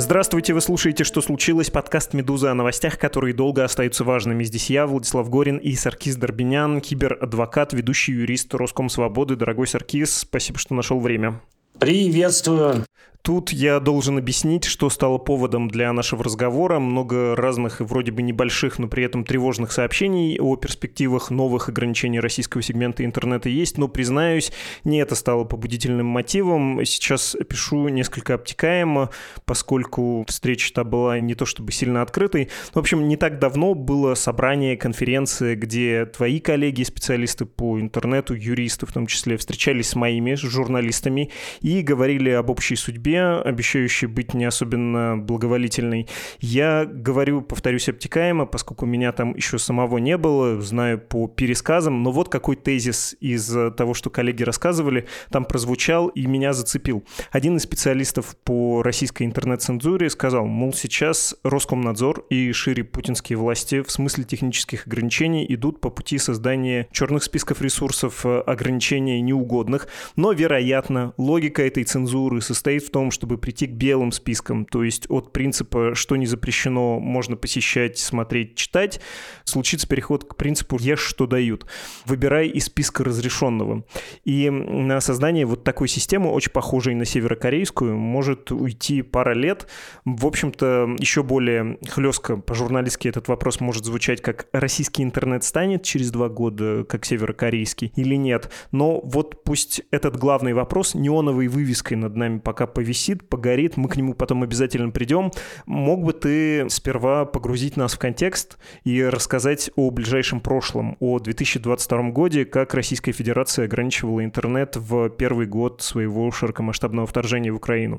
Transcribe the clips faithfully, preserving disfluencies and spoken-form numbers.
Здравствуйте, вы слушаете «Что случилось?» Подкаст «Медуза» о новостях, которые долго остаются важными. Здесь я, Владислав Горин и Саркис Дорбинян, киберадвокат, ведущий юрист Роскомсвободы. Дорогой Саркис, спасибо, что нашел время. Приветствую. Тут я должен объяснить, что стало поводом для нашего разговора. Много разных и вроде бы небольших, но при этом тревожных сообщений о перспективах новых ограничений российского сегмента интернета есть, но, признаюсь, не это стало побудительным мотивом. Сейчас пишу несколько обтекаемо, поскольку встреча-то была не то чтобы сильно открытой. В общем, не так давно было собрание, конференция, где твои коллеги, специалисты по интернету, юристы в том числе, встречались с моими журналистами и говорили об общей судьбе, обещающей быть не особенно благоволительной. Я говорю, повторюсь, обтекаемо, поскольку меня там еще самого не было, знаю по пересказам, но вот какой тезис из того, что коллеги рассказывали, там прозвучал и меня зацепил. Один из специалистов по российской интернет-цензуре сказал, мол, сейчас Роскомнадзор и шире путинские власти в смысле технических ограничений идут по пути создания черных списков ресурсов, ограничений неугодных, но, вероятно, логика этой цензуры состоит в том, чтобы прийти к белым спискам, то есть от принципа, что не запрещено, можно посещать, смотреть, читать, случится переход к принципу «ешь, что дают». Выбирай из списка разрешенного. И на создание вот такой системы, очень похожей на северокорейскую, может уйти пара лет. В общем-то, еще более хлестко по-журналистски этот вопрос может звучать как «российский интернет станет через два года, как северокорейский, или нет?». Но вот пусть этот главный вопрос неоновой вывеской над нами пока повисит, погорит, мы к нему потом обязательно придем. Мог бы ты сперва погрузить нас в контекст и рассказать о ближайшем прошлом, о две тысячи двадцать втором годе, как Российская Федерация ограничивала интернет в первый год своего широкомасштабного вторжения в Украину?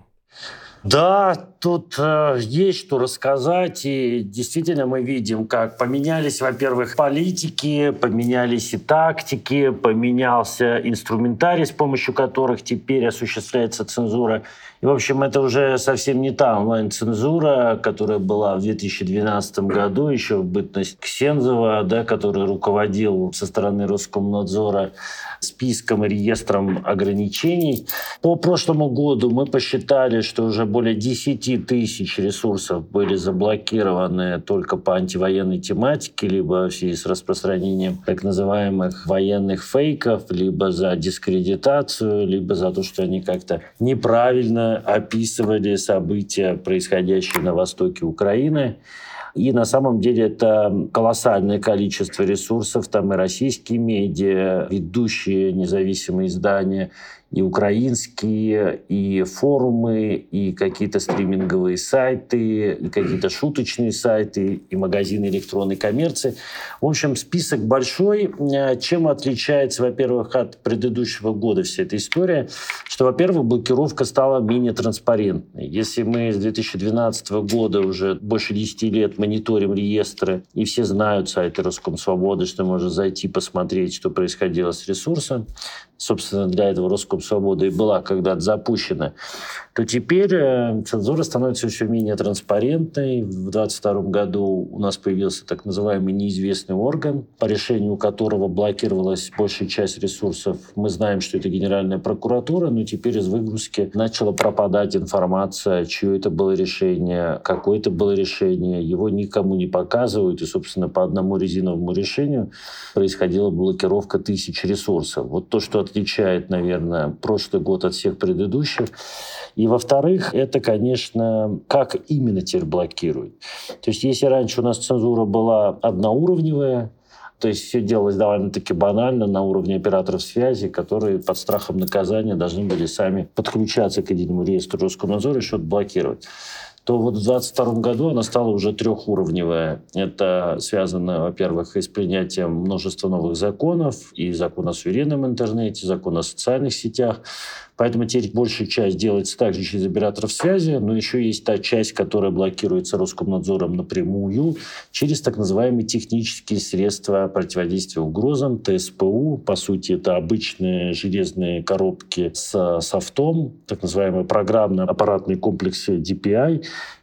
Да, тут э, есть что рассказать, и действительно мы видим, как поменялись, во-первых, политики, поменялись и тактики, поменялся инструментарий, с помощью которых теперь осуществляется цензура. И, в общем, это уже совсем не та онлайн-цензура, которая была в две тысячи двенадцатом году, еще в бытность Ксензова, да, который руководил со стороны Роскомнадзора списком и реестром ограничений. По прошлому году мы посчитали, что уже более десять тысяч ресурсов были заблокированы только по антивоенной тематике, либо в связи с распространением так называемых военных фейков, либо за дискредитацию, либо за то, что они как-то неправильно описывали события, происходящие на востоке Украины. И на самом деле это колоссальное количество ресурсов. Там и российские медиа, ведущие независимые издания, и украинские, и форумы, и какие-то стриминговые сайты, и какие-то шуточные сайты, и магазины электронной коммерции. В общем, список большой. Чем отличается, во-первых, от предыдущего года вся эта история? Что, во-первых, блокировка стала менее транспарентной. Если мы с две тысячи двенадцатого года уже больше десяти лет мониторим реестры, и все знают сайты Роскомсвободы, что можно зайти посмотреть, что происходило с ресурсом, собственно, для этого Роскомсвобода и была когда-то запущена, то теперь цензура становится все менее транспарентной. В две тысячи двадцать втором году у нас появился так называемый неизвестный орган, по решению которого блокировалась большая часть ресурсов. Мы знаем, что это Генеральная прокуратура, но теперь из выгрузки начала пропадать информация, чье это было решение, какое это было решение. Его никому не показывают, и, собственно, по одному резиновому решению происходила блокировка тысяч ресурсов. Вот то, что отличает, наверное, прошлый год от всех предыдущих. И, во-вторых, это, конечно, как именно теперь блокируют. То есть, если раньше у нас цензура была одноуровневая, то есть все делалось довольно-таки банально на уровне операторов связи, которые под страхом наказания должны были сами подключаться к единому реестру Роскомнадзора и что-то блокировать, то вот в две тысячи двадцать втором году она стала уже трехуровневая. Это связано, во-первых, и с принятием множества новых законов, и закон о суверенном интернете, закон о социальных сетях. Поэтому теперь большая часть делается также через операторов связи, но еще есть та часть, которая блокируется Роскомнадзором напрямую через так называемые технические средства противодействия угрозам, тэ эс пэ у. По сути, это обычные железные коробки с софтом, так называемые программно-аппаратные комплексы ди пи ай.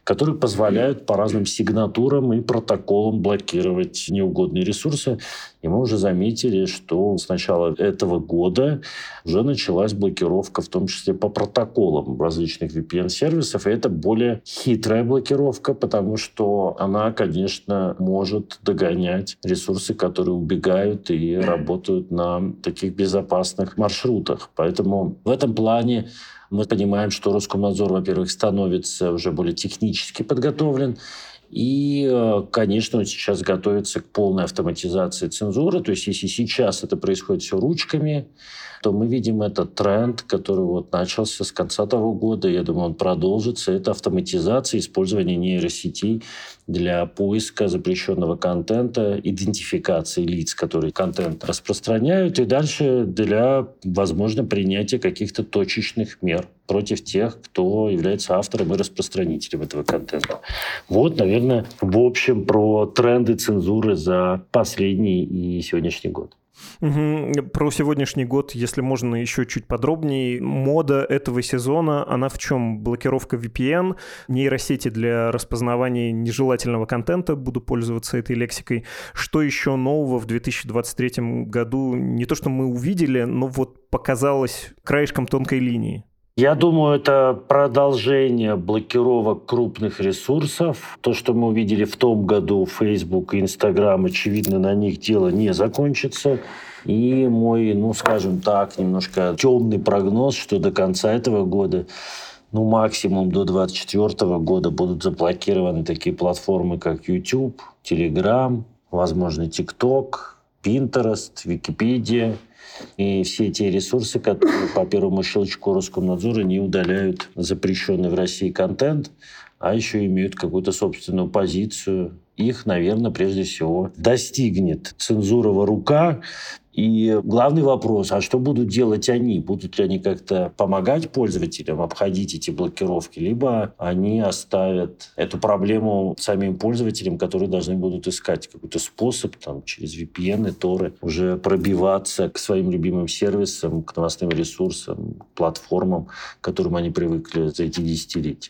которые позволяют по разным сигнатурам и протоколам блокировать неугодные ресурсы. И мы уже заметили, что с начала этого года уже началась блокировка, в том числе по протоколам различных ви пи эн-сервисов. И это более хитрая блокировка, потому что она, конечно, может догонять ресурсы, которые убегают и работают на таких безопасных маршрутах. Поэтому в этом плане мы понимаем, что Роскомнадзор, во-первых, становится уже более технически подготовлен, и, конечно, он сейчас готовится к полной автоматизации цензуры. То есть если сейчас это происходит все ручками, то мы видим этот тренд, который вот начался с конца того года. Я думаю, он продолжится. Это автоматизация, использование нейросетей для поиска запрещенного контента, идентификации лиц, которые контент распространяют, и дальше для, возможно, принятия каких-то точечных мер против тех, кто является автором и распространителем этого контента. Вот, наверное, в общем, про тренды цензуры за последний и сегодняшний год. Угу. Про сегодняшний год, если можно еще чуть подробнее. Мода этого сезона, она в чем? Блокировка ви пи эн, нейросети для распознавания нежелательного контента, буду пользоваться этой лексикой. Что еще нового в две тысячи двадцать третьем году? Не то, что мы увидели, но вот показалось краешком тонкой линии. Я думаю, это продолжение блокировок крупных ресурсов. То, что мы увидели в том году, Facebook и Instagram, очевидно, на них дело не закончится. И мой, ну, скажем так, немножко темный прогноз, что до конца этого года, ну, максимум до двадцать четвёртого года будут заблокированы такие платформы, как YouTube, Telegram, возможно, TikTok, Pinterest, Википедия. И все те ресурсы, которые по первому щелчку Роскомнадзора не удаляют запрещенный в России контент, а еще имеют какую-то собственную позицию. Их, наверное, прежде всего достигнет цензурова рука. И главный вопрос, а что будут делать они? Будут ли они как-то помогать пользователям обходить эти блокировки, либо они оставят эту проблему самим пользователям, которые должны будут искать какой-то способ там, через ви пи эн и торы уже пробиваться к своим любимым сервисам, к новостным ресурсам, к платформам, к которым они привыкли за эти десятилетия.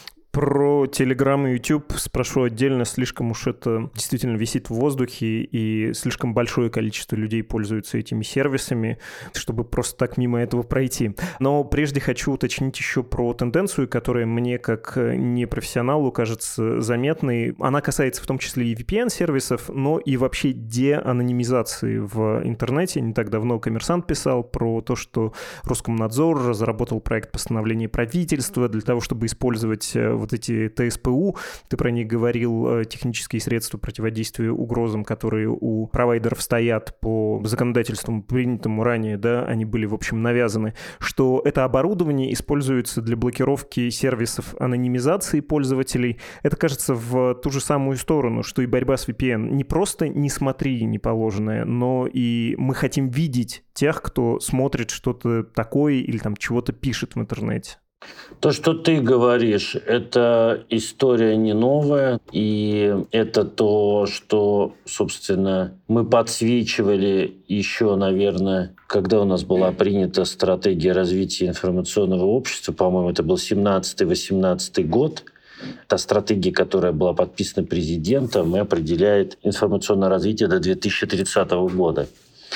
Про Telegram и YouTube спрошу отдельно, слишком уж это действительно висит в воздухе, и слишком большое количество людей пользуются этими сервисами, чтобы просто так мимо этого пройти. Но прежде хочу уточнить еще про тенденцию, которая мне, как непрофессионалу, кажется заметной. Она касается в том числе и ви пи эн-сервисов, но и вообще деанонимизации в интернете. Не так давно «Коммерсант» писал про то, что Роскомнадзор разработал проект постановления правительства для того, чтобы использовать вот эти тэ эс пэ у, ты про них говорил, технические средства противодействия угрозам, которые у провайдеров стоят по законодательству, принятому ранее, да, они были, в общем, навязаны, что это оборудование используется для блокировки сервисов анонимизации пользователей. Это, кажется, в ту же самую сторону, что и борьба с ви пи эн. Не просто не смотри неположенное, но и мы хотим видеть тех, кто смотрит что-то такое или там чего-то пишет в интернете. То, что ты говоришь, это история не новая, и это то, что, собственно, мы подсвечивали еще, наверное, когда у нас была принята стратегия развития информационного общества, по-моему, это был семнадцатый-восемнадцатый год. Та стратегия, которая была подписана президентом, и определяет информационное развитие до две тысячи тридцатого года.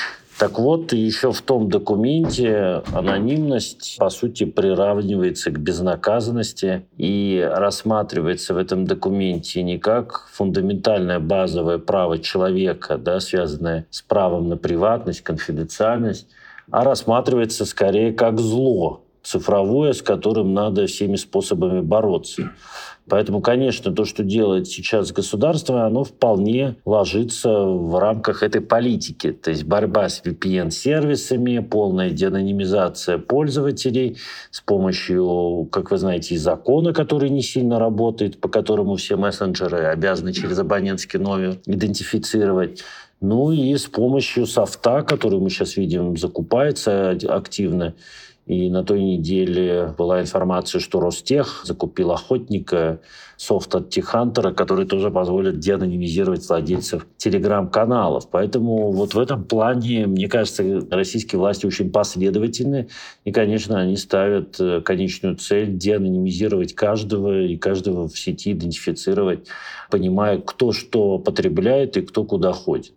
Так вот, еще в том документе анонимность, по сути, приравнивается к безнаказанности и рассматривается в этом документе не как фундаментальное базовое право человека, да, связанное с правом на приватность, конфиденциальность, а рассматривается скорее как зло цифровое, с которым надо всеми способами бороться. Поэтому, конечно, то, что делает сейчас государство, оно вполне ложится в рамках этой политики. То есть борьба с ви пи эн-сервисами, полная деанонимизация пользователей с помощью, как вы знаете, и закона, который не сильно работает, по которому все мессенджеры обязаны через абонентский номер идентифицировать. Ну и с помощью софта, который мы сейчас видим, закупается активно, И на той неделе была информация, что Ростех закупил охотника, софт от Тихантера, который тоже позволит деанонимизировать владельцев телеграм-каналов. Поэтому вот в этом плане, мне кажется, российские власти очень последовательны. И, конечно, они ставят конечную цель деанонимизировать каждого и каждого в сети идентифицировать, понимая, кто что потребляет и кто куда ходит.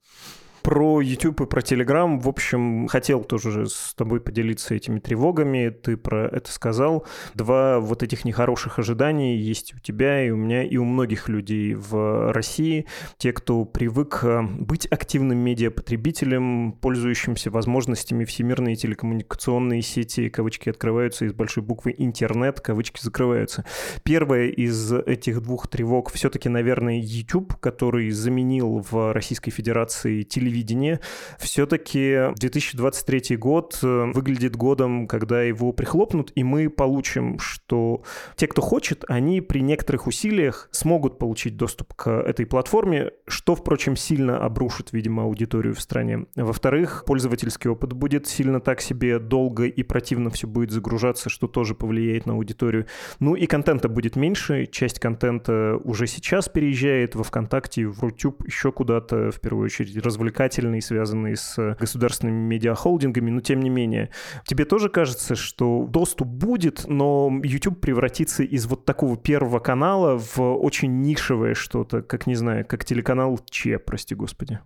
Про YouTube и про Telegram, в общем, хотел тоже с тобой поделиться этими тревогами. Ты про это сказал. Два вот этих нехороших ожидания есть у тебя и у меня, и у многих людей в России. Те, кто привык быть активным медиапотребителем, пользующимся возможностями всемирной телекоммуникационной сети, кавычки открываются, из большой буквы «интернет», кавычки закрываются. Первая из этих двух тревог все-таки, наверное, YouTube, который заменил в Российской Федерации телевидение. Телевидение. Все-таки две тысячи двадцать третий год выглядит годом, когда его прихлопнут, и мы получим, что те, кто хочет, они при некоторых усилиях смогут получить доступ к этой платформе, что, впрочем, сильно обрушит, видимо, аудиторию в стране. Во-вторых, пользовательский опыт будет сильно так себе, долго и противно все будет загружаться, что тоже повлияет на аудиторию. Ну и контента будет меньше, часть контента уже сейчас переезжает во ВКонтакте, в Рутюб, еще куда-то, в первую очередь, развлекательные, связанные с государственными медиахолдингами, но тем не менее. Тебе тоже кажется, что доступ будет, но YouTube превратится из вот такого первого канала в очень нишевое что-то, как, не знаю, как телеканал Че, прости господи?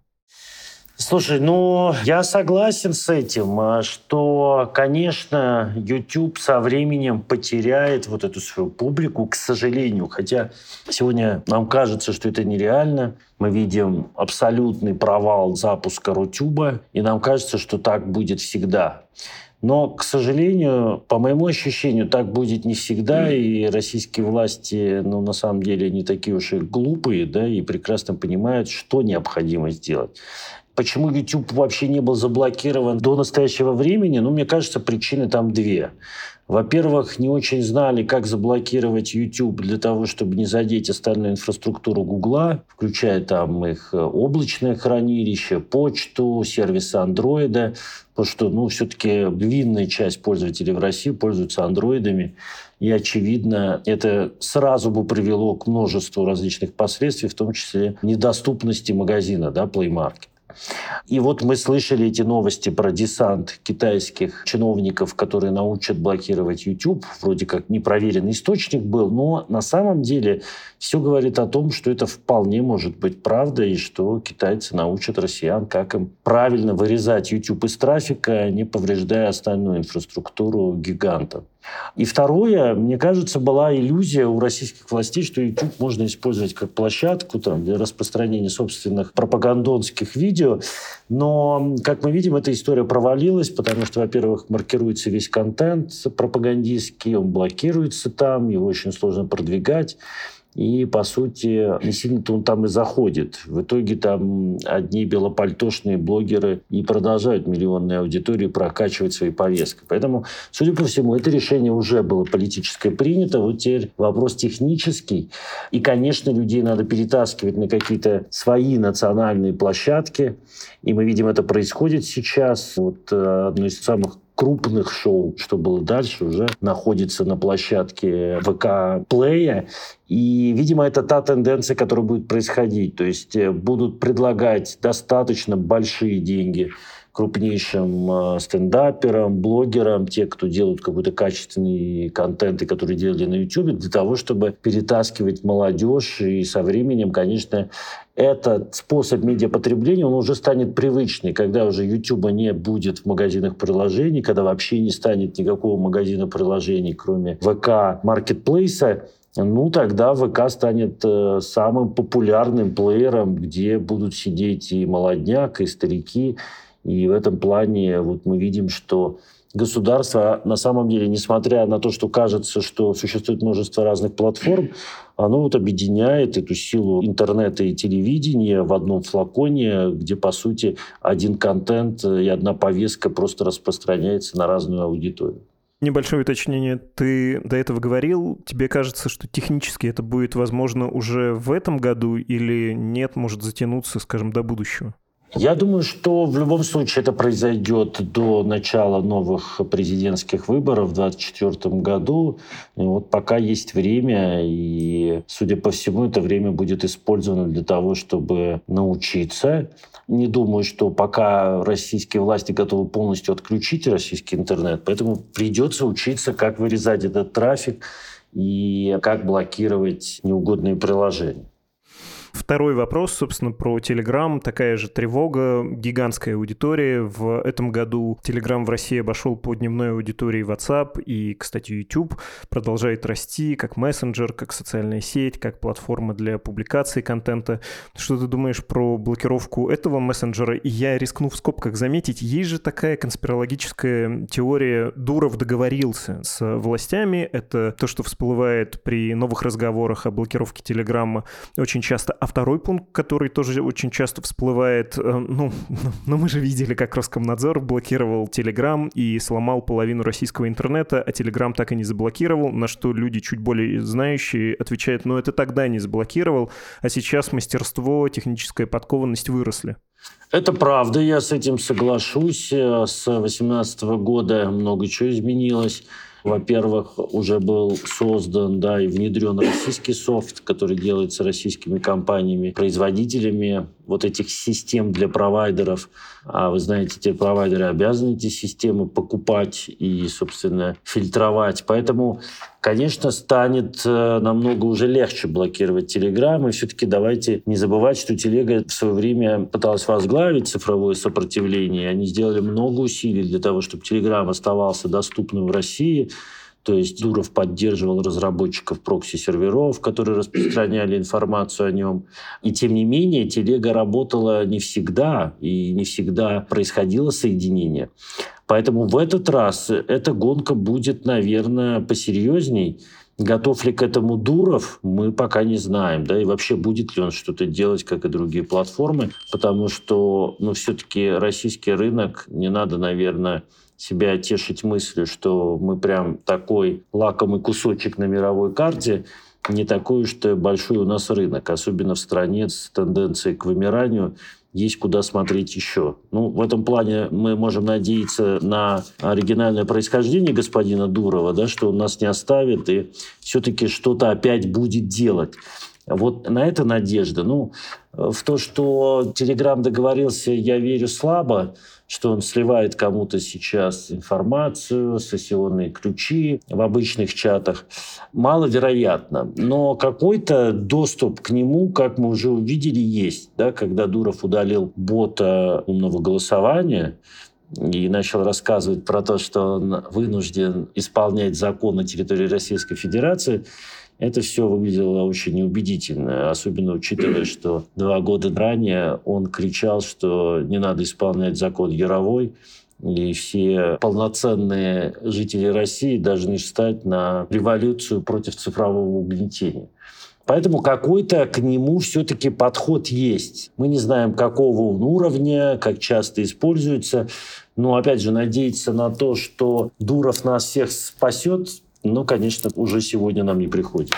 Слушай, ну, я согласен с этим, что, конечно, YouTube со временем потеряет вот эту свою публику, к сожалению. Хотя сегодня нам кажется, что это нереально. Мы видим абсолютный провал запуска Рутюба, и нам кажется, что так будет всегда. Но, к сожалению, по моему ощущению, так будет не всегда, и российские власти, ну, на самом деле, не такие уж и глупые, да, и прекрасно понимают, что необходимо сделать. Почему YouTube вообще не был заблокирован до настоящего времени? Ну, мне кажется, причины там две. Во-первых, не очень знали, как заблокировать YouTube для того, чтобы не задеть остальную инфраструктуру Гугла, включая там их облачное хранилище, почту, сервисы андроида. Потому что, ну, все-таки львиная часть пользователей в России пользуются андроидами. И, очевидно, это сразу бы привело к множеству различных последствий, в том числе недоступности магазина, да, Play Market. И вот мы слышали эти новости про десант китайских чиновников, которые научат блокировать YouTube. Вроде как непроверенный источник был, но на самом деле все говорит о том, что это вполне может быть правда, и что китайцы научат россиян, как им правильно вырезать YouTube из трафика, не повреждая остальную инфраструктуру гиганта. И второе, мне кажется, была иллюзия у российских властей, что YouTube можно использовать как площадку там, для распространения собственных пропагандонских видео. Но, как мы видим, эта история провалилась, потому что, во-первых, маркируется весь контент пропагандистский, он блокируется там, его очень сложно продвигать. И, по сути, не сильно-то он там и заходит. В итоге там одни белопальтошные блогеры и продолжают миллионные аудитории прокачивать свои повестки. Поэтому, судя по всему, это решение уже было политическое принято. Вот теперь вопрос технический. И, конечно, людей надо перетаскивать на какие-то свои национальные площадки. И мы видим, это происходит сейчас. Вот одно из самых крупных шоу, что было дальше, уже находится на площадке ВК Плея. И, видимо, это та тенденция, которая будет происходить. То есть будут предлагать достаточно большие деньги крупнейшим э, стендаперам, блогерам, те, кто делают какой-то качественный контент, и которые делали на YouTube, для того, чтобы перетаскивать молодежь. И со временем, конечно, этот способ медиапотребления, он уже станет привычный, когда уже YouTube не будет в магазинах приложений, когда вообще не станет никакого магазина приложений, кроме ВК Маркетплейса. Ну, тогда ВК станет э, самым популярным плеером, где будут сидеть и молодняк, и старики. И в этом плане вот мы видим, что государство, на самом деле, несмотря на то, что кажется, что существует множество разных платформ, оно вот объединяет эту силу интернета и телевидения в одном флаконе, где, по сути, один контент и одна повестка просто распространяется на разную аудиторию. Небольшое уточнение. Ты до этого говорил, тебе кажется, что технически это будет возможно уже в этом году или нет, может затянуться, скажем, до будущего? Я думаю, что в любом случае это произойдет до начала новых президентских выборов в двадцать четвёртом году. И вот пока есть время, и, судя по всему, это время будет использовано для того, чтобы научиться. Не думаю, что пока российские власти готовы полностью отключить российский интернет, поэтому придется учиться, как вырезать этот трафик и как блокировать неугодные приложения. Второй вопрос, собственно, про Telegram. Такая же тревога, гигантская аудитория. В этом году Telegram в России обошел по дневной аудитории WhatsApp и, кстати, YouTube продолжает расти как мессенджер, как социальная сеть, как платформа для публикации контента. Что ты думаешь про блокировку этого мессенджера? И я рискну в скобках заметить, есть же такая конспирологическая теория «Дуров договорился с властями». Это то, что всплывает при новых разговорах о блокировке Телеграма очень часто. А второй пункт, который тоже очень часто всплывает, ну, ну, мы же видели, как Роскомнадзор блокировал Telegram и сломал половину российского интернета, а Telegram так и не заблокировал, на что люди чуть более знающие отвечают, ну, это тогда не заблокировал, а сейчас мастерство, техническая подкованность выросли. Это правда, я с этим соглашусь. С две тысячи восемнадцатого года много чего изменилось. Во-первых, уже был создан, да, и внедрен российский софт, который делается российскими компаниями, производителями вот этих систем для провайдеров. А вы знаете, те провайдеры обязаны эти системы покупать и, собственно, фильтровать. Поэтому, конечно, станет намного уже легче блокировать Telegram. И все-таки давайте не забывать, что Телега в свое время пыталась возглавить цифровое сопротивление. Они сделали много усилий для того, чтобы Telegram оставался доступным в России. То есть Дуров поддерживал разработчиков прокси-серверов, которые распространяли информацию о нем. И тем не менее, телега работала не всегда, и не всегда происходило соединение. Поэтому в этот раз эта гонка будет, наверное, посерьезней. Готов ли к этому Дуров, мы пока не знаем. Да? И вообще, будет ли он что-то делать, как и другие платформы. Потому что, ну, все-таки российский рынок, не надо, наверное, себя тешить мыслью, что мы прям такой лакомый кусочек на мировой карте, не такой уж и большой у нас рынок, особенно в стране с тенденцией к вымиранию. Есть куда смотреть еще. Ну, в этом плане мы можем надеяться на оригинальное происхождение господина Дурова, да, что он нас не оставит и все-таки что-то опять будет делать. Вот на это надежда. Ну, в то, что Telegram договорился, я верю слабо, что он сливает кому-то сейчас информацию, сессионные ключи в обычных чатах. Маловероятно. Но какой-то доступ к нему, как мы уже увидели, есть. Да? Когда Дуров удалил бота умного голосования и начал рассказывать про то, что он вынужден исполнять закон на территории Российской Федерации, это все выглядело очень неубедительно, особенно учитывая, что два года ранее он кричал, что не надо исполнять закон Яровой, и все полноценные жители России должны встать на революцию против цифрового угнетения. Поэтому какой-то к нему все-таки подход есть. Мы не знаем, какого он уровня, как часто используется. Но, опять же, надеяться на то, что Дуров нас всех спасет, ну, конечно, уже сегодня нам не приходится.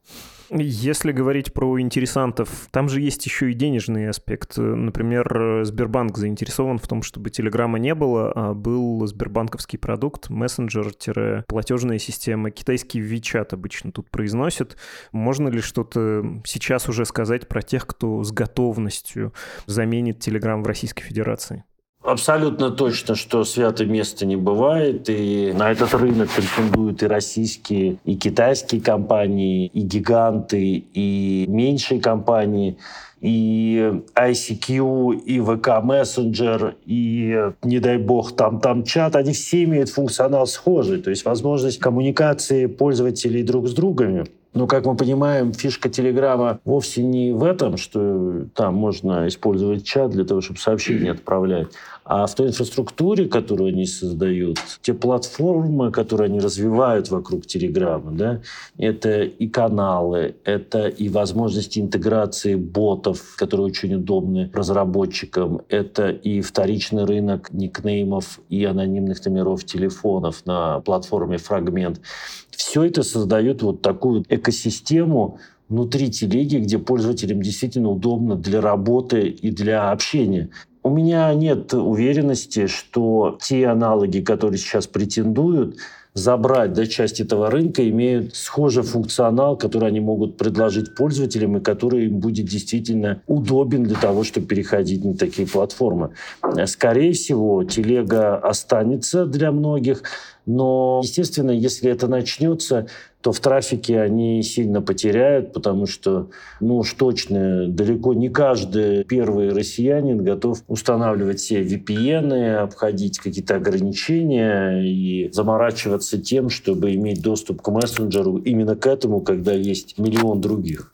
Если говорить про интересантов, там же есть еще и денежный аспект. Например, Сбербанк заинтересован в том, чтобы Телеграма не было, а был сбербанковский продукт, мессенджер-платежная система. Китайский WeChat обычно тут произносят. Можно ли что-то сейчас уже сказать про тех, кто с готовностью заменит Телеграм в Российской Федерации? Абсолютно точно, что святое место не бывает, и на этот рынок претендуют и российские, и китайские компании, и гиганты, и меньшие компании, и ай си кью, и ви кей Messenger, и, не дай бог, там-там чат, они все имеют функционал схожий, то есть возможность коммуникации пользователей друг с другом. Но, как мы понимаем, фишка Телеграма вовсе не в этом, что там можно использовать чат для того, чтобы сообщения отправлять, а в той инфраструктуре, которую они создают, те платформы, которые они развивают вокруг Телеграма, да, это и каналы, это и возможности интеграции ботов, которые очень удобны разработчикам, это и вторичный рынок никнеймов и анонимных номеров телефонов на платформе «Фрагмент». Все это создает вот такую экосистему внутри телеги, где пользователям действительно удобно для работы и для общения. У меня нет уверенности, что те аналоги, которые сейчас претендуют забрать да, часть этого рынка, имеют схожий функционал, который они могут предложить пользователям и который им будет действительно удобен для того, чтобы переходить на такие платформы. Скорее всего, телега останется для многих, но, естественно, если это начнется, то в трафике они сильно потеряют, потому что, ну уж точно, далеко не каждый первый россиянин готов устанавливать все ви пи эн, обходить какие-то ограничения и заморачиваться тем, чтобы иметь доступ к мессенджеру именно к этому, когда есть миллион других.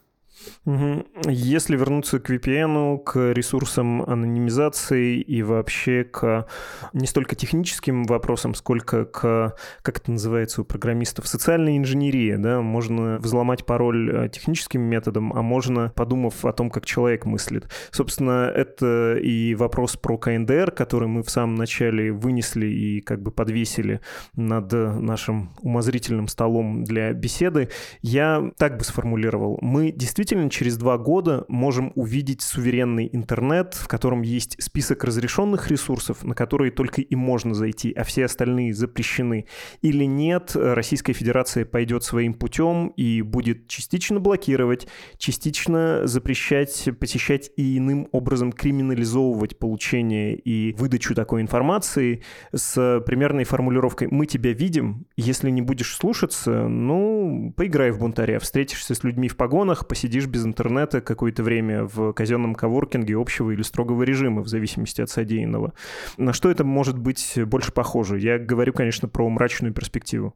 Угу. Если вернуться к ви пи эн, к ресурсам анонимизации и вообще к не столько техническим вопросам, сколько к, как это называется у программистов, социальной инженерии, да, можно взломать пароль техническим методом, а можно, подумав о том, как человек мыслит. Собственно, это и вопрос про ка эн дэ эр, который мы в самом начале вынесли и как бы подвесили над нашим умозрительным столом для беседы. Я так бы сформулировал. Мы действительно через два года можем увидеть суверенный интернет, в котором есть список разрешенных ресурсов, на которые только и можно зайти, а все остальные запрещены. Или нет, Российская Федерация пойдет своим путем и будет частично блокировать, частично запрещать, посещать и иным образом криминализовывать получение и выдачу такой информации с примерной формулировкой «мы тебя видим, если не будешь слушаться, ну, поиграй в бунтаря, встретишься с людьми в погонах, посидишь без интернета какое-то время в казенном коворкинге общего или строгого режима, в зависимости от содеянного». На что это может быть больше похоже? Я говорю, конечно, про мрачную перспективу.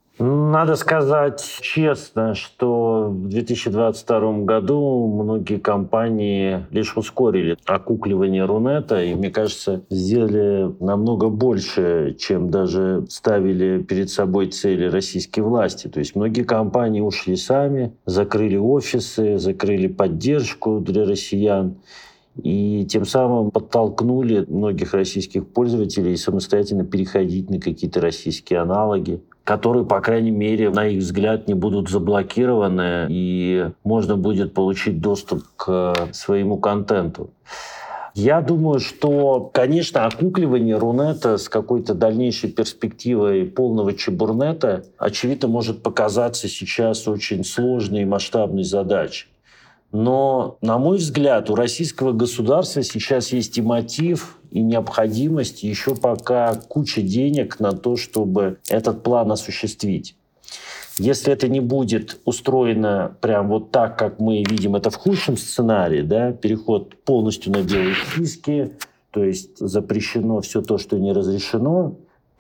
Надо сказать честно, что в две тысячи двадцать втором году многие компании лишь ускорили окукливание Рунета, и, мне кажется, сделали намного больше, чем даже ставили перед собой цели российские власти. То есть многие компании ушли сами, закрыли офисы, закрыли поддержку для россиян, и тем самым подтолкнули многих российских пользователей самостоятельно переходить на какие-то российские аналоги, которые, по крайней мере, на их взгляд, не будут заблокированы, и можно будет получить доступ к своему контенту. Я думаю, что, конечно, окукливание Рунета с какой-то дальнейшей перспективой полного чебурнета, очевидно, может показаться сейчас очень сложной и масштабной задачей. Но, на мой взгляд, у российского государства сейчас есть и мотив, и необходимость, еще пока куча денег на то, чтобы этот план осуществить. Если это не будет устроено прям вот так, как мы видим это в худшем сценарии, да, переход полностью на белые списки, то есть запрещено все то, что не разрешено,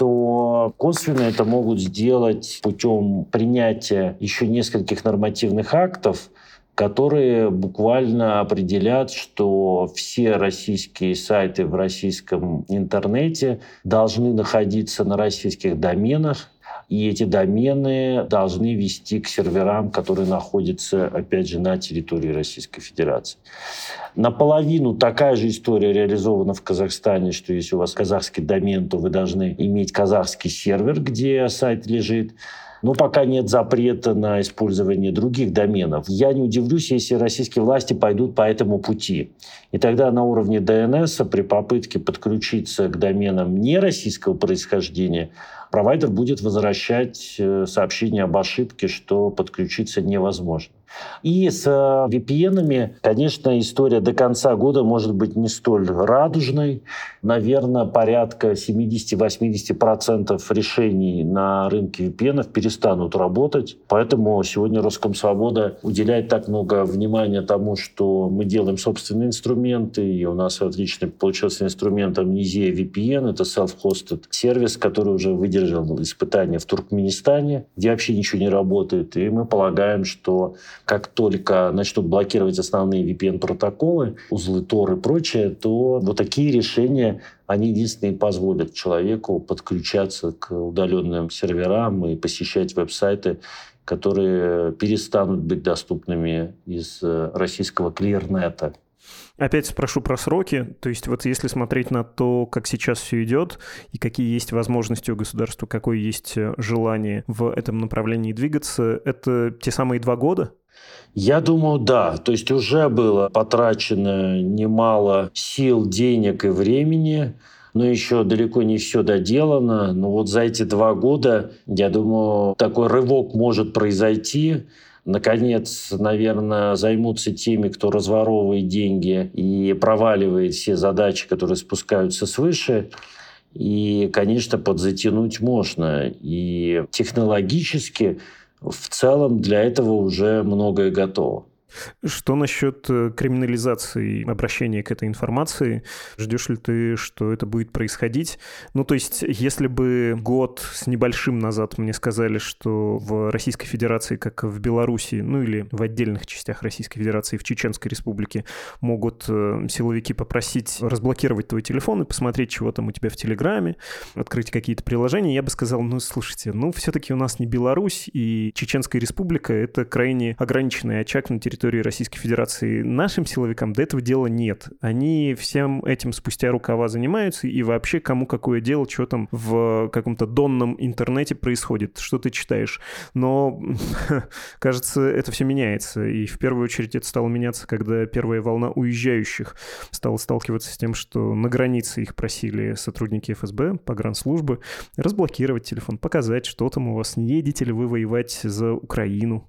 то косвенно это могут сделать путем принятия еще нескольких нормативных актов, которые буквально определят, что все российские сайты в российском интернете должны находиться на российских доменах, и эти домены должны вести к серверам, которые находятся, опять же, на территории Российской Федерации. Наполовину такая же история реализована в Казахстане, что если у вас казахский домен, то вы должны иметь казахский сервер, где сайт лежит. Но пока нет запрета на использование других доменов. Я не удивлюсь, если российские власти пойдут по этому пути. И тогда на уровне дэ эн эс при попытке подключиться к доменам не российского происхождения провайдер будет возвращать сообщение об ошибке, что подключиться невозможно. И с ви пи эн-ами, конечно, история до конца года может быть не столь радужной. Наверное, порядка семьдесят-восемьдесят процентов решений на рынке ви пи эн перестанут работать. Поэтому сегодня Роскомсвобода уделяет так много внимания тому, что мы делаем собственные инструменты. И у нас отлично получился инструмент Amnesia ви пи эн. Это self-hosted сервис, который уже выдержал испытания в Туркменистане, где вообще ничего не работает. И мы полагаем, что как только начнут блокировать основные ви пи эн-протоколы, узлы Тор и прочее, то вот такие решения, они единственные позволят человеку подключаться к удаленным серверам и посещать веб-сайты, которые перестанут быть доступными из российского клирнета. Опять спрошу про сроки. То есть вот если смотреть на то, как сейчас все идет, и какие есть возможности у государства, какое есть желание в этом направлении двигаться, это те самые два года? Я думаю, да. То есть уже было потрачено немало сил, денег и времени, но еще далеко не все доделано. Но вот за эти два года, я думаю, такой рывок может произойти. Наконец, наверное, займутся теми, кто разворовывает деньги и проваливает все задачи, которые спускаются свыше. И, конечно, подзатянуть можно. И технологически в целом для этого уже многое готово. Что насчет криминализации обращения к этой информации? Ждешь ли ты, что это будет происходить? Ну, то есть, если бы год с небольшим назад мне сказали, что в Российской Федерации, как в Беларуси, ну или в отдельных частях Российской Федерации, в Чеченской Республике, могут силовики попросить разблокировать твой телефон и посмотреть, чего там у тебя в Телеграме, открыть какие-то приложения, я бы сказал, ну, слушайте, ну, все-таки у нас не Беларусь, и Чеченская Республика — это крайне ограниченный очаг на территории Российской Федерации. Нашим силовикам до этого дела нет. Они всем этим спустя рукава занимаются, и вообще кому какое дело, что там в каком-то донном интернете происходит, что ты читаешь. Но, кажется, это все меняется. И в первую очередь это стало меняться, когда первая волна уезжающих стала сталкиваться с тем, что на границе их просили сотрудники эф эс бэ, погранслужбы, разблокировать телефон, показать, что там у вас, не едете ли вы воевать за Украину.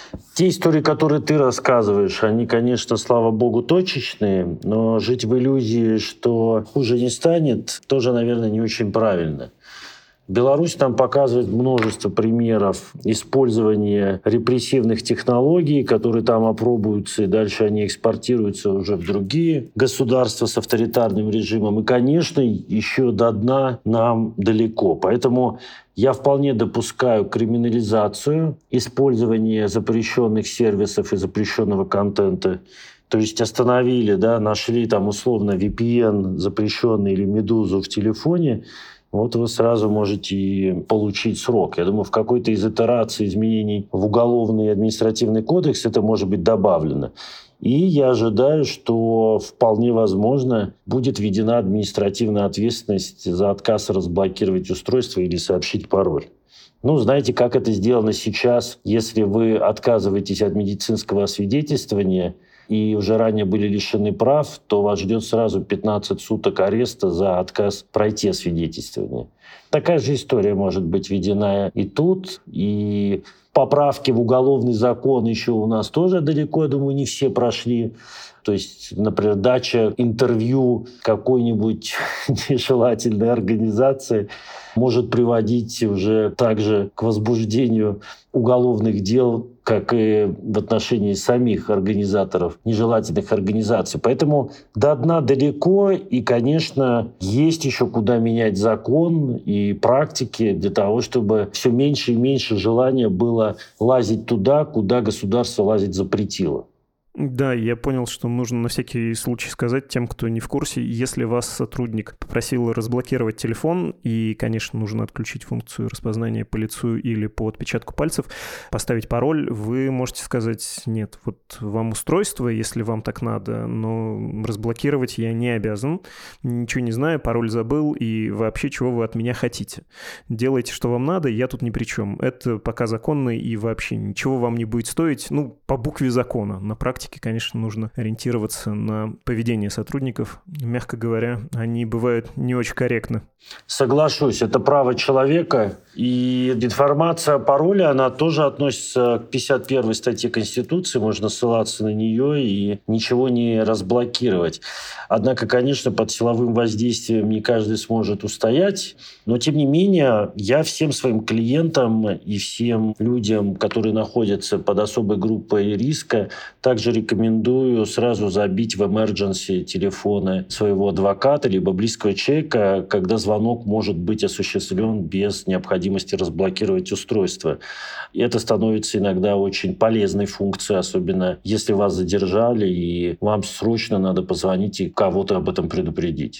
Те истории, которые ты рассказываешь, они, конечно, слава богу, точечные, но жить в иллюзии, что хуже не станет, тоже, наверное, не очень правильно. Беларусь нам показывает множество примеров использования репрессивных технологий, которые там опробуются, и дальше они экспортируются уже в другие государства с авторитарным режимом. И, конечно, еще до дна нам далеко. Поэтому я вполне допускаю криминализацию использования запрещенных сервисов и запрещенного контента. То есть остановили, да, нашли там условно ви пи эн запрещенный или «Медузу» в телефоне, вот вы сразу можете получить срок. Я думаю, в какой-то из итераций изменений в уголовный и административный кодекс это может быть добавлено. И я ожидаю, что вполне возможно будет введена административная ответственность за отказ разблокировать устройство или сообщить пароль. Ну, знаете, как это сделано сейчас, если вы отказываетесь от медицинского освидетельствования и уже ранее были лишены прав, то вас ждет сразу пятнадцать суток ареста за отказ пройти освидетельствование. Такая же история может быть введена и тут, и поправки в уголовный закон еще у нас тоже далеко, я думаю, не все прошли. То есть, например, дача интервью какой-нибудь нежелательной организации может приводить уже также к возбуждению уголовных дел, как и в отношении самих организаторов нежелательных организаций. Поэтому до дна далеко, и, конечно, есть еще куда менять закон и практики для того, чтобы все меньше и меньше желания было лазить туда, куда государство лазить запретило. Да, я понял, что нужно на всякий случай сказать тем, кто не в курсе, если вас сотрудник попросил разблокировать телефон, и, конечно, нужно отключить функцию распознания по лицу или по отпечатку пальцев, поставить пароль, вы можете сказать: нет, вот вам устройство, если вам так надо, но разблокировать я не обязан, ничего не знаю, пароль забыл, и вообще, чего вы от меня хотите. Делайте, что вам надо, я тут ни при чем. Это пока законно, и вообще ничего вам не будет стоить, ну, по букве закона. На практике, конечно, нужно ориентироваться на поведение сотрудников. Мягко говоря, они бывают не очень корректны. Соглашусь, это право человека. И информация о пароле, она тоже относится к пятьдесят первой статье Конституции. Можно ссылаться на нее и ничего не разблокировать. Однако, конечно, под силовым воздействием не каждый сможет устоять. Но, тем не менее, я всем своим клиентам и всем людям, которые находятся под особой группой риска, также рекомендую сразу забить в emergency телефоны своего адвоката либо близкого человека, когда звонок может быть осуществлен без необходимости разблокировать устройство. И это становится иногда очень полезной функцией, особенно если вас задержали и вам срочно надо позвонить и кого-то об этом предупредить.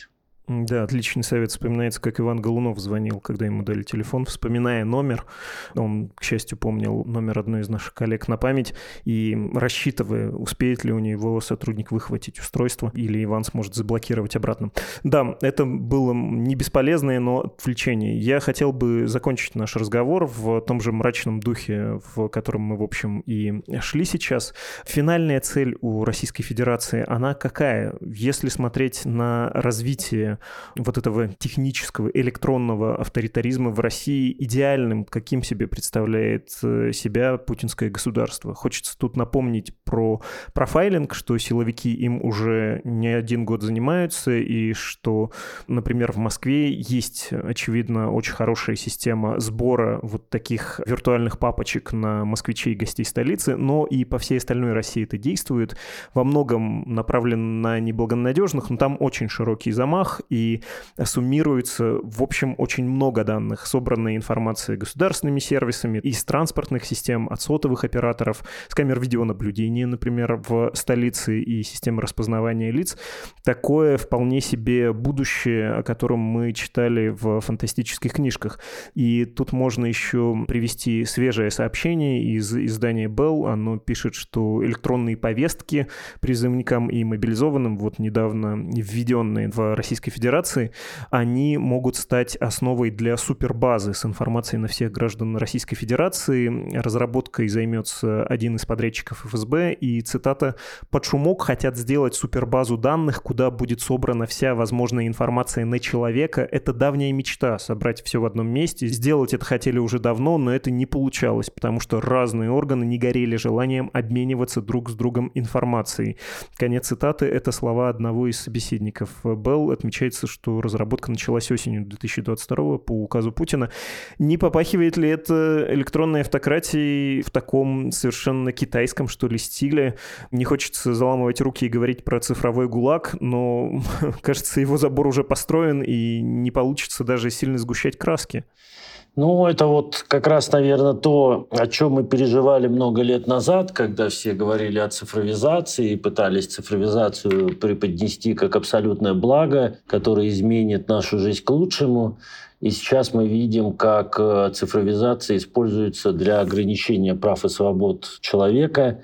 Да, отличный совет. Вспоминается, как Иван Голунов звонил, когда ему дали телефон, вспоминая номер. Он, к счастью, помнил номер одной из наших коллег на память и рассчитывая, успеет ли у него сотрудник выхватить устройство или Иван сможет заблокировать обратно. Да, это было не бесполезное, но отвлечение. Я хотел бы закончить наш разговор в том же мрачном духе, в котором мы, в общем, и шли сейчас. Финальная цель у Российской Федерации, она какая? Если смотреть на развитие вот этого технического электронного авторитаризма в России, идеальным каким себе представляет себя путинское государство. Хочется тут напомнить про профайлинг, что силовики им уже не один год занимаются, и что, например, в Москве есть, очевидно, очень хорошая система сбора вот таких виртуальных папочек на москвичей и гостей столицы, но и по всей остальной России это действует. Во многом направлен на неблагонадежных, но там очень широкий замах, и суммируется, в общем, очень много данных, собранной информации государственными сервисами из транспортных систем, от сотовых операторов, с камер видеонаблюдения, например, в столице и системы распознавания лиц. Такое вполне себе будущее, о котором мы читали в фантастических книжках. И тут можно еще привести свежее сообщение из издания Белл. Оно пишет, что электронные повестки призывникам и мобилизованным, вот недавно введенные в Российской Федерации, они могут стать основой для супербазы с информацией на всех граждан Российской Федерации. Разработкой займется один из подрядчиков эф эс бэ, и, цитата, «под шумок хотят сделать супербазу данных, куда будет собрана вся возможная информация на человека. Это давняя мечта — собрать все в одном месте. Сделать это хотели уже давно, но это не получалось, потому что разные органы не горели желанием обмениваться друг с другом информацией». Конец цитаты — это слова одного из собеседников Белл. Отмечается, что разработка началась осенью две тысячи двадцать второго по указу Путина. Не попахивает ли это электронной автократией в таком совершенно китайском, что ли, стиле? Не хочется заламывать руки и говорить про цифровой ГУЛАГ, но, кажется, его забор уже построен, и не получится даже сильно сгущать краски. Ну, это вот как раз, наверное, то, о чем мы переживали много лет назад, когда все говорили о цифровизации и пытались цифровизацию преподнести как абсолютное благо, которое изменит нашу жизнь к лучшему. И сейчас мы видим, как цифровизация используется для ограничения прав и свобод человека.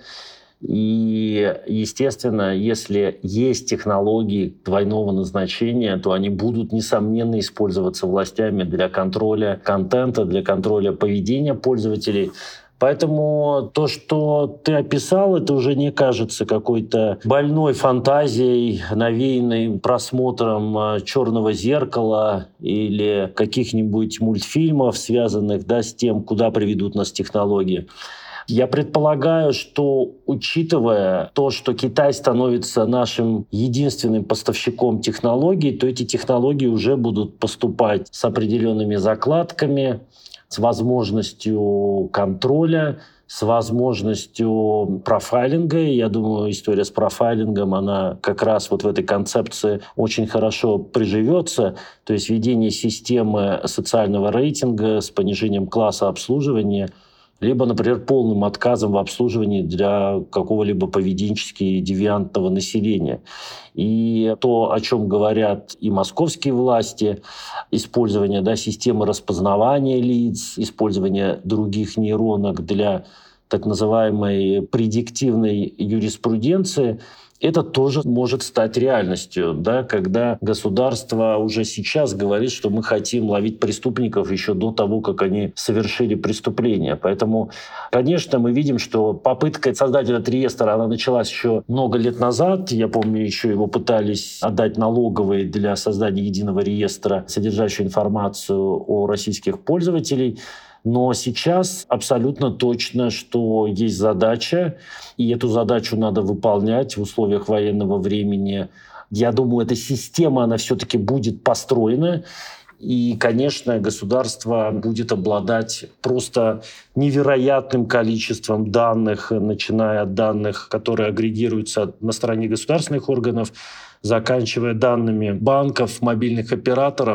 И, естественно, если есть технологии двойного назначения, то они будут, несомненно, использоваться властями для контроля контента, для контроля поведения пользователей. Поэтому то, что ты описал, это уже не кажется какой-то больной фантазией, навеянной просмотром «Черного зеркала» или каких-нибудь мультфильмов, связанных, да, с тем, куда приведут нас технологии. Я предполагаю, что, учитывая то, что Китай становится нашим единственным поставщиком технологий, то эти технологии уже будут поступать с определенными закладками, с возможностью контроля, с возможностью профайлинга. И я думаю, история с профайлингом, она как раз вот в этой концепции очень хорошо приживется. То есть введение системы социального рейтинга с понижением класса обслуживания, либо, например, полным отказом в обслуживании для какого-либо поведенчески девиантного населения. И то, о чем говорят и московские власти, использование, да, системы распознавания лиц, использование других нейронок для так называемой предиктивной юриспруденции, это тоже может стать реальностью, да, когда государство уже сейчас говорит, что мы хотим ловить преступников еще до того, как они совершили преступление. Поэтому, конечно, мы видим, что попытка создать этот реестр, она началась еще много лет назад. Я помню, еще его пытались отдать налоговые для создания единого реестра, содержащего информацию о российских пользователях. Но сейчас абсолютно точно, что есть задача, и эту задачу надо выполнять в условиях военного времени. Я думаю, эта система, она все-таки будет построена, и, конечно, государство будет обладать просто невероятным количеством данных, начиная от данных, которые агрегируются на стороне государственных органов, заканчивая данными банков, мобильных операторов.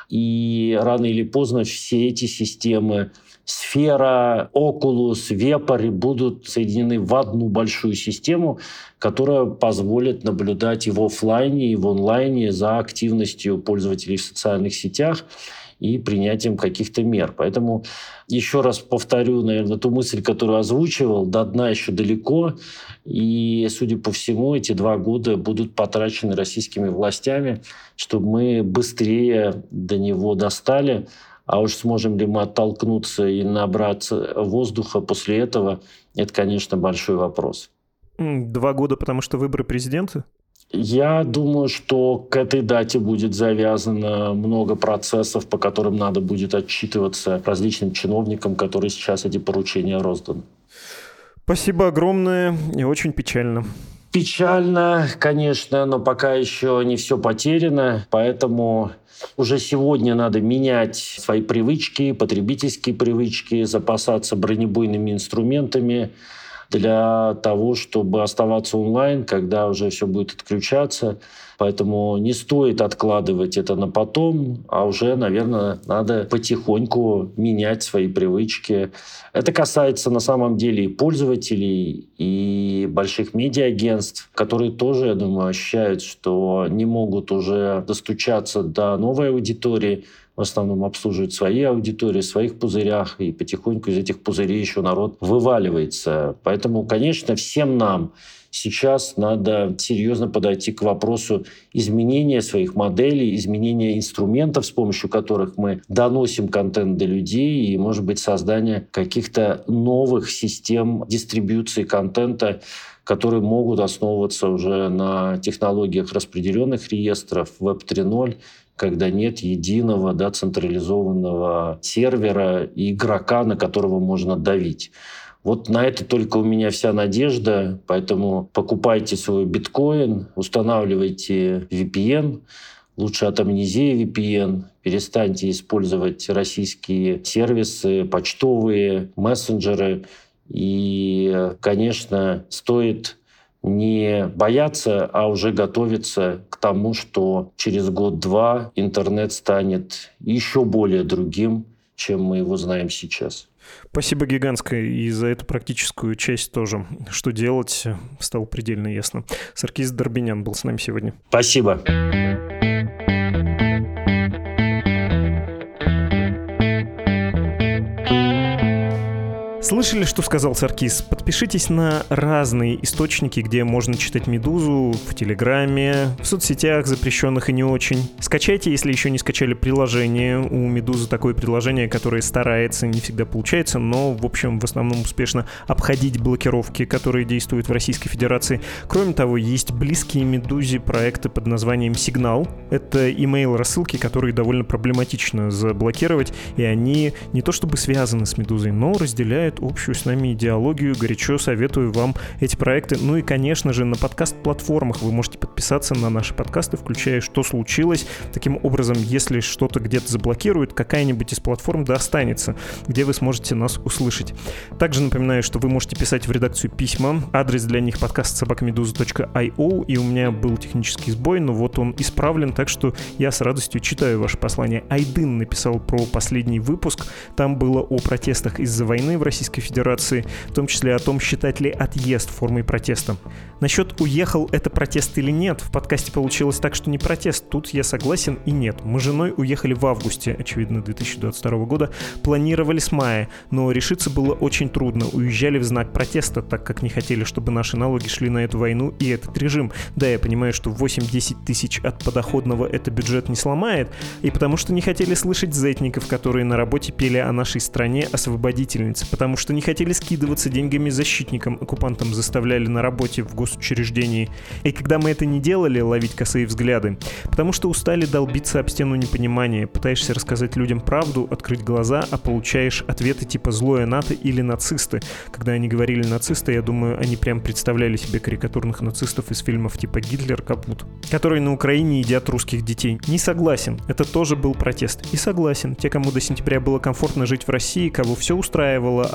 И рано или поздно все эти системы Сфера, Oculus, Вепрь будут соединены в одну большую систему, которая позволит наблюдать и в офлайне, и в онлайне за активностью пользователей в социальных сетях и принятием каких-то мер. Поэтому еще раз повторю, наверное, ту мысль, которую озвучивал, до дна еще далеко. И, судя по всему, эти два года будут потрачены российскими властями, чтобы мы быстрее до него достали. А уж сможем ли мы оттолкнуться и набраться воздуха после этого, это, конечно, большой вопрос. Два года, потому что выборы президента? Я думаю, что к этой дате будет завязано много процессов, по которым надо будет отчитываться различным чиновникам, которые сейчас эти поручения розданы. Спасибо огромное и очень печально. Печально, конечно, но пока еще не все потеряно, поэтому уже сегодня надо менять свои привычки, потребительские привычки, запасаться бронебойными инструментами для того, чтобы оставаться онлайн, когда уже все будет отключаться. Поэтому не стоит откладывать это на потом, а уже, наверное, надо потихоньку менять свои привычки. Это касается на самом деле и пользователей, и больших медиаагентств, которые тоже, я думаю, ощущают, что не могут уже достучаться до новой аудитории, в основном обслуживают свои аудитории, в своих пузырях, и потихоньку из этих пузырей еще народ вываливается. Поэтому, конечно, всем нам сейчас надо серьезно подойти к вопросу изменения своих моделей, изменения инструментов, с помощью которых мы доносим контент до людей, и, может быть, создания каких-то новых систем дистрибьюции контента, которые могут основываться уже на технологиях распределенных реестров, веб три ноль, когда нет единого, да, централизованного сервера и игрока, на которого можно давить. Вот на это только у меня вся надежда, поэтому покупайте свой биткоин, устанавливайте ви пи эн, лучше от амнезии ви пи эн, перестаньте использовать российские сервисы, почтовые, мессенджеры. И, конечно, стоит не бояться, а уже готовиться к тому, что через год-два интернет станет еще более другим, чем мы его знаем сейчас. Спасибо гигантское и за эту практическую часть тоже. Что делать, стало предельно ясно. Саркис Дорбинян был с нами сегодня. Спасибо. Слышали, что сказал Саркис? Подпишитесь на разные источники, где можно читать «Медузу», в Телеграме, в соцсетях, запрещенных и не очень. Скачайте, если еще не скачали приложение. У «Медузы» такое приложение, которое старается, не всегда получается, но, в общем, в основном успешно обходить блокировки, которые действуют в Российской Федерации. Кроме того, есть близкие «Медузе» проекты под названием «Сигнал». Это имейл-рассылки, которые довольно проблематично заблокировать, и они не то чтобы связаны с «Медузой», но разделяют общую с нами идеологию. Горячо советую вам эти проекты. Ну и, конечно же, на подкаст-платформах вы можете подписаться на наши подкасты, включая «Что случилось?». Таким образом, если что-то где-то заблокируют, какая-нибудь из платформ достанется, где вы сможете нас услышать. Также напоминаю, что вы можете писать в редакцию письма. Адрес для них — подкаст собака медуза точка ай о, и у меня был технический сбой, но вот он исправлен, так что я с радостью читаю ваши послания. Айдын написал про последний выпуск. Там было о протестах из-за войны в Российской Федерации, в том числе о том, считать ли отъезд формой протеста. Насчет «уехал» — это протест или нет, в подкасте получилось так, что не протест. Тут я согласен и нет. Мы с женой уехали в августе, очевидно, две тысячи двадцать второго года, планировали с мая, но решиться было очень трудно. Уезжали в знак протеста, так как не хотели, чтобы наши налоги шли на эту войну и этот режим. Да, я понимаю, что восемь-десять тысяч от подоходного это бюджет не сломает, и потому что не хотели слышать зетников, которые на работе пели о нашей стране освободительнице, потому что не хотели скидываться деньгами защитникам, оккупантам заставляли на работе в госучреждении. И когда мы это не делали, ловить косые взгляды, потому что устали долбиться об стену непонимания, пытаешься рассказать людям правду, открыть глаза, а получаешь ответы типа «злое НАТО» или «нацисты». Когда они говорили «нацисты», я думаю, они прям представляли себе карикатурных нацистов из фильмов типа «Гитлер капут», которые на Украине едят русских детей. Не согласен, это тоже был протест. И согласен, те, кому до сентября было комфортно жить в России, кого все устраивало, а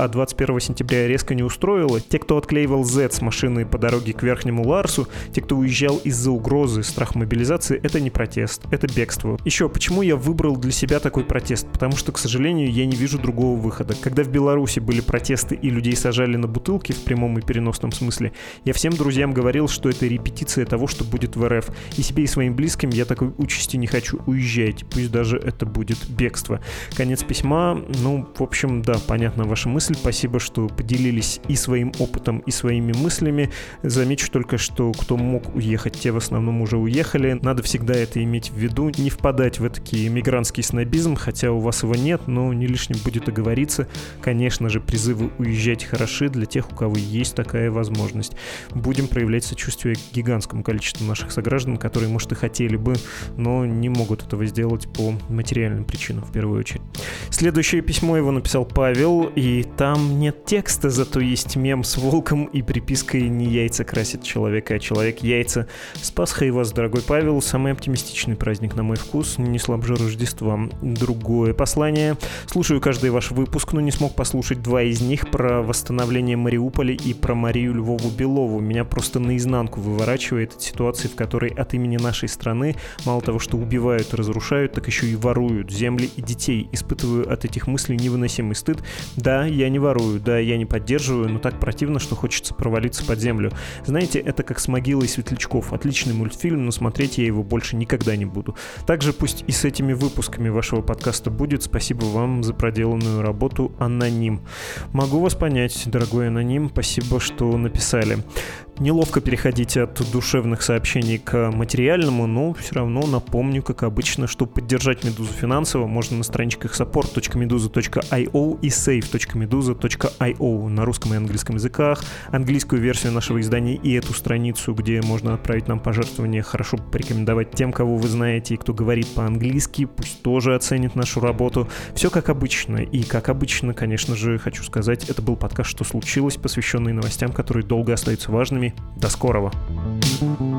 а двадцать первого сентября резко не устроило, те, кто отклеивал Z с машины по дороге к Верхнему Ларсу, те, кто уезжал из-за угрозы, страх мобилизации, это не протест, это бегство. Еще, почему я выбрал для себя такой протест? Потому что, к сожалению, я не вижу другого выхода. Когда в Беларуси были протесты и людей сажали на бутылки в прямом и переносном смысле, я всем друзьям говорил, что это репетиция того, что будет в РФ. И себе, и своим близким я такой участи не хочу. Уезжайте, пусть даже это будет бегство. Конец письма. Ну, в общем, да, понятна ваша мысль. Спасибо, что поделились и своим опытом, и своими мыслями. Замечу только, что кто мог уехать, те в основном уже уехали. Надо всегда это иметь в виду, не впадать в такие мигрантский снобизм, хотя у вас его нет, но не лишним будет оговориться. Конечно же, призывы уезжать хороши для тех, у кого есть такая возможность. Будем проявлять сочувствие к гигантскому количеству наших сограждан, которые, может, и хотели бы, но не могут этого сделать по материальным причинам в первую очередь. Следующее письмо его написал Павел, и там нет текста, зато есть мем с волком и припиской «Не яйца красит человека, а человек яйца». С Пасхой вас, дорогой Павел, самый оптимистичный праздник на мой вкус, не слабже Рождества. Другое послание. Слушаю каждый ваш выпуск, но не смог послушать два из них про восстановление Мариуполя и про Марию Львову-Белову. Меня просто наизнанку выворачивает от ситуации, в которой от имени нашей страны мало того, что убивают и разрушают, так еще и воруют земли и детей. Испытываю от этих мыслей невыносимый стыд. Да, я не ворую, да, я не поддерживаю, но так противно, что хочется провалиться под землю. Знаете, это как с могилой светлячков. Отличный мультфильм, но смотреть я его больше никогда не буду. Также пусть и с этими выпусками вашего подкаста будет. Спасибо вам за проделанную работу, Аноним. Могу вас понять, дорогой Аноним, спасибо, что написали. Неловко переходить от душевных сообщений к материальному, но все равно напомню, как обычно, что поддержать «Медузу» финансово можно на страничках support точка meduza точка io и save точка meduza точка io на русском и английском языках. Английскую версию нашего издания и эту страницу, где можно отправить нам пожертвования, хорошо порекомендовать тем, кого вы знаете и кто говорит по-английски, пусть тоже оценит нашу работу. Все как обычно. И как обычно, конечно же, хочу сказать, это был подкаст «Что случилось?», посвященный новостям, которые долго остаются важными. До скорого!